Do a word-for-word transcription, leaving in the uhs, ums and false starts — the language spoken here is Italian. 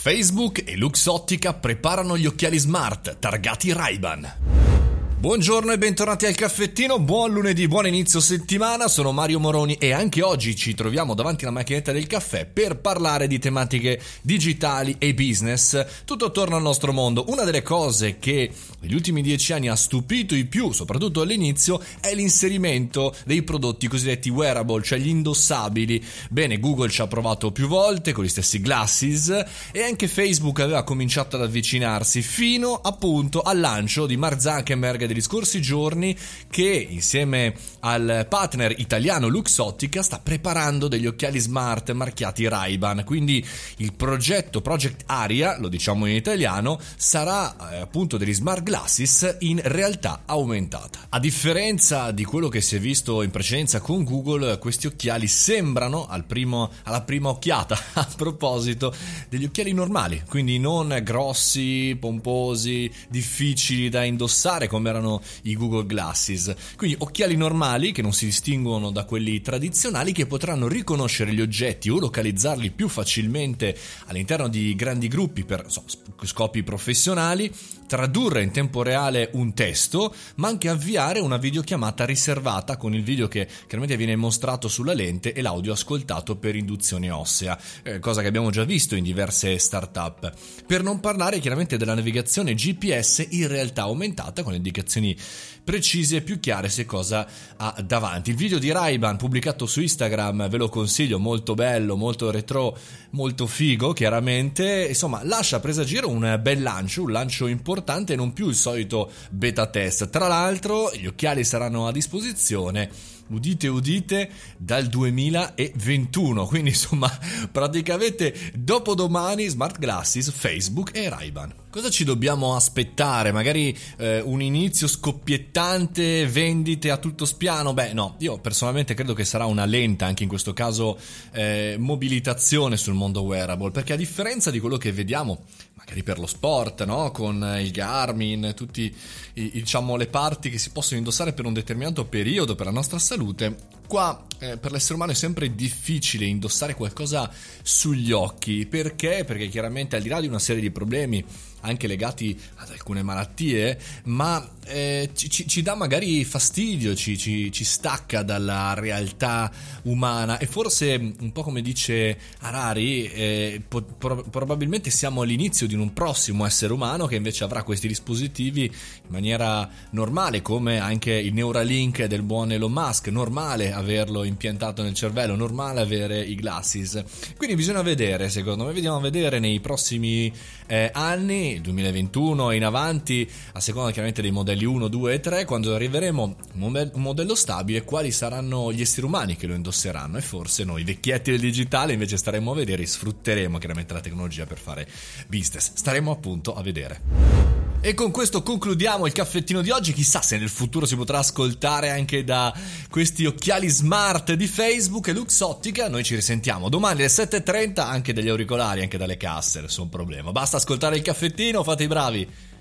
Facebook e Luxottica preparano gli occhiali smart targati Ray-Ban. Buongiorno e bentornati al caffettino, buon lunedì, buon inizio settimana, sono Mario Moroni e anche oggi ci troviamo davanti alla macchinetta del caffè per parlare di tematiche digitali e business, tutto attorno al nostro mondo. Una delle cose che negli ultimi dieci anni ha stupito di più, soprattutto all'inizio, è l'inserimento dei prodotti cosiddetti wearable, cioè gli indossabili. Bene, Google ci ha provato più volte con gli stessi glasses e anche Facebook aveva cominciato ad avvicinarsi fino appunto al lancio di Mark Zuckerberg degli scorsi giorni, che insieme al partner italiano Luxottica sta preparando degli occhiali smart marchiati Ray-Ban. Quindi il progetto Project Aria, lo diciamo in italiano, sarà eh, appunto degli smart glasses in realtà aumentata. A differenza di quello che si è visto in precedenza con Google, questi occhiali sembrano al primo, alla prima occhiata a proposito degli occhiali normali, quindi non grossi, pomposi, difficili da indossare come erano i Google Glasses. Quindi occhiali normali che non si distinguono da quelli tradizionali, che potranno riconoscere gli oggetti o localizzarli più facilmente all'interno di grandi gruppi per so, scopi professionali, tradurre in tempo reale un testo, ma anche avviare una videochiamata riservata con il video che chiaramente viene mostrato sulla lente e l'audio ascoltato per induzione ossea, eh, cosa che abbiamo già visto in diverse startup. Per non parlare chiaramente della navigazione G P S in realtà aumentata, con indicazioni precise e più chiare se cosa ha davanti. Il video di Ray-Ban pubblicato su Instagram ve lo consiglio, molto bello, molto retro, molto figo chiaramente, insomma lascia presagire un bel lancio, un lancio importante e non più il solito beta test. Tra l'altro gli occhiali saranno a disposizione, udite udite, dal duemilaventuno, quindi insomma praticamente dopodomani smart glasses, Facebook e Ray-Ban. Cosa ci dobbiamo aspettare? Magari eh, un inizio scoppiettante, vendite a tutto spiano? Beh no, io personalmente credo che sarà una lenta, anche in questo caso, eh, mobilitazione sul mondo wearable, perché a differenza di quello che vediamo magari per lo sport, no? Con il Garmin, tutti i, diciamo le parti che si possono indossare per un determinato periodo per la nostra salute, qua eh, per l'essere umano è sempre difficile indossare qualcosa sugli occhi. Perché? Perché chiaramente al di là di una serie di problemi anche legati ad alcune malattie, ma eh, ci, ci, ci dà magari fastidio, ci, ci, ci stacca dalla realtà umana, e forse un po' come dice Harari, eh, po- pro- probabilmente siamo all'inizio di un prossimo essere umano che invece avrà questi dispositivi in maniera normale, come anche il Neuralink del buon Elon Musk, normale averlo impiantato nel cervello, normale avere i glasses. Quindi bisogna vedere, secondo me, vediamo a vedere nei prossimi eh, anni, duemilaventuno e in avanti, a seconda chiaramente dei modelli uno, due e tre, quando arriveremo un modello stabile, quali saranno gli esseri umani che lo indosseranno, e forse noi vecchietti del digitale invece staremo a vedere e sfrutteremo chiaramente la tecnologia per fare business. Staremo appunto a vedere. E con questo concludiamo il caffettino di oggi. Chissà se nel futuro si potrà ascoltare anche da questi occhiali smart di Facebook e Luxottica. Noi ci risentiamo domani alle sette e trenta, anche dagli auricolari, anche dalle casse, nessun problema. Basta ascoltare il caffettino, fate i bravi.